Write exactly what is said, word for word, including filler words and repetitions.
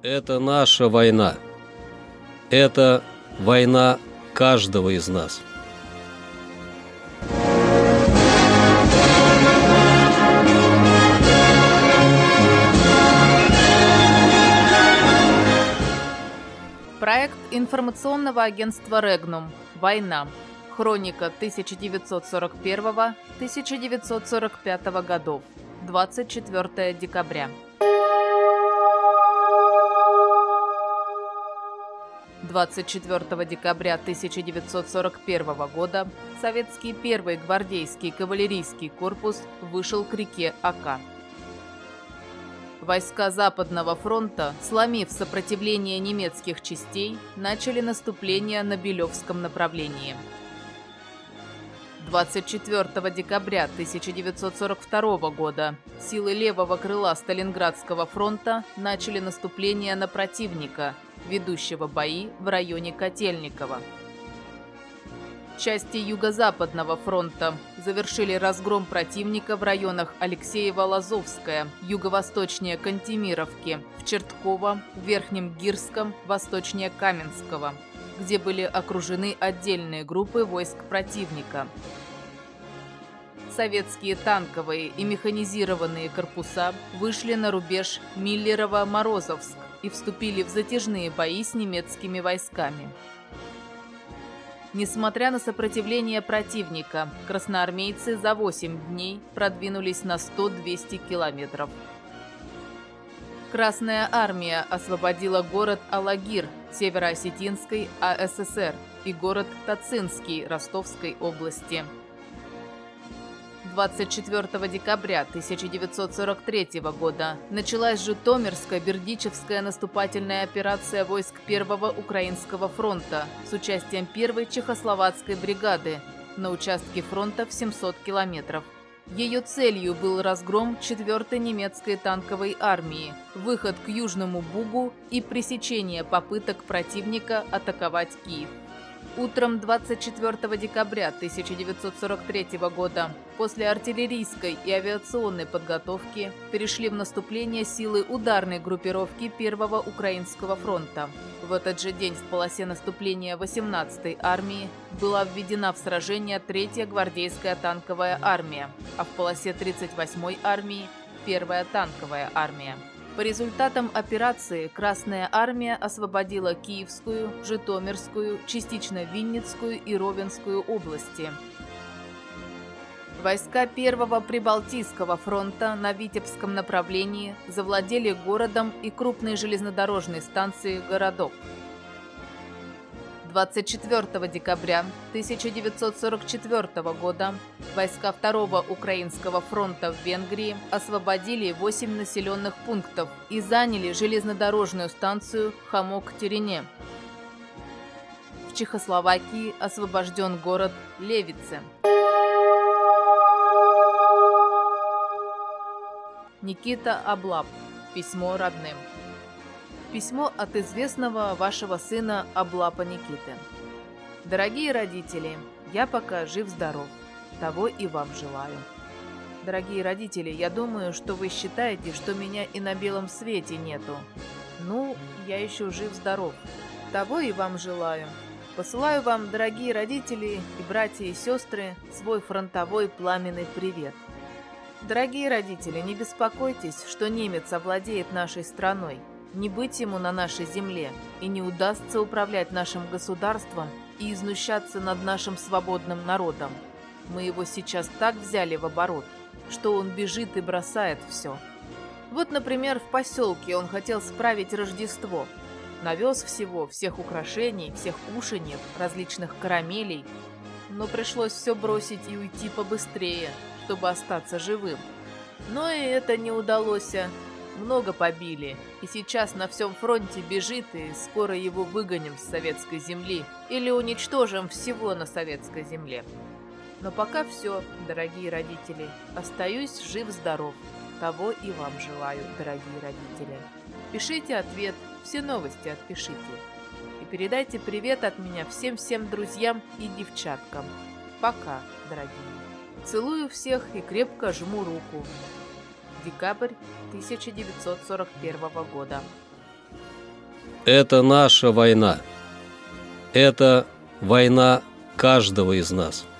Это наша война. Это война каждого из нас. Проект информационного агентства «Регнум. Война. Хроника тысяча девятьсот сорок первого — тысяча девятьсот сорок пятого годов. двадцать четвёртого декабря. двадцать четвёртого декабря тысяча девятьсот сорок первого года советский первый гвардейский кавалерийский корпус вышел к реке Ока. Войска Западного фронта, сломив сопротивление немецких частей, начали наступление на Белевском направлении. двадцать четвёртого декабря тысяча девятьсот сорок второго года силы левого крыла Сталинградского фронта начали наступление на противника, ведущего бои в районе Котельниково. Части Юго-Западного фронта завершили разгром противника в районах Алексеево-Лазовское, юго-восточнее Кантемировки, в Чертково, в Верхнем Гирском, восточнее Каменского, где были окружены отдельные группы войск противника. Советские танковые и механизированные корпуса вышли на рубеж Миллерово-Морозовск и вступили в затяжные бои с немецкими войсками. Несмотря на сопротивление противника, красноармейцы за восемь дней продвинулись на сто-двести километров. Красная армия освободила город Алагир Североосетинской АССР и город Тацинский Ростовской области. двадцать четвёртого декабря тысяча девятьсот сорок третьего года началась Житомирско-Бердичевская наступательная операция войск Первого Украинского фронта с участием Первой Чехословацкой бригады на участке фронта в семьсот километров. Ее целью был разгром четвёртой немецкой танковой армии, выход к Южному Бугу и пресечение попыток противника атаковать Киев. Утром двадцать четвёртого декабря тысяча девятьсот сорок третьего года после артиллерийской и авиационной подготовки перешли в наступление силы ударной группировки Первого Украинского фронта. В этот же день в полосе наступления восемнадцатой армии была введена в сражение третья гвардейская танковая армия, а в полосе тридцать восьмой армии – первая танковая армия. По результатам операции Красная армия освободила Киевскую, Житомирскую, частично Винницкую и Ровенскую области. Войска Первого Прибалтийского фронта на Витебском направлении завладели городом и крупной железнодорожной станцией Городок. двадцать четвёртого декабря тысяча девятьсот сорок четвёртого года войска Второго Украинского фронта в Венгрии освободили восемь населенных пунктов и заняли железнодорожную станцию Хамок-Терене. В Чехословакии освобожден город Левице. Никита Облап. Письмо родным. Письмо от известного вашего сына Облапа Никиты. Дорогие родители, я пока жив-здоров. Того и вам желаю. Дорогие родители, я думаю, что вы считаете, что меня и на белом свете нету. Ну, я еще жив-здоров. Того и вам желаю. Посылаю вам, дорогие родители и братья и сестры, свой фронтовой пламенный привет. Дорогие родители, не беспокойтесь, что немец овладеет нашей страной. Не быть ему на нашей земле, и не удастся управлять нашим государством и изнущаться над нашим свободным народом. Мы его сейчас так взяли в оборот, что он бежит и бросает все. Вот, например, в поселке он хотел справить Рождество. Навез всего, всех украшений, всех кушаньев, различных карамелей. Но пришлось все бросить и уйти побыстрее, чтобы остаться живым. Но и это не удалось. Много побили, и сейчас на всем фронте бежит, и скоро его выгоним с советской земли или уничтожим всего на советской земле. Но пока все, дорогие родители, остаюсь жив-здоров. Того и вам желаю, дорогие родители. Пишите ответ, все новости отпишите. И передайте привет от меня всем-всем друзьям и девчаткам. Пока, дорогие. Целую всех и крепко жму руку. Декабрь тысяча девятьсот сорок первого года. Это наша война. Это война каждого из нас.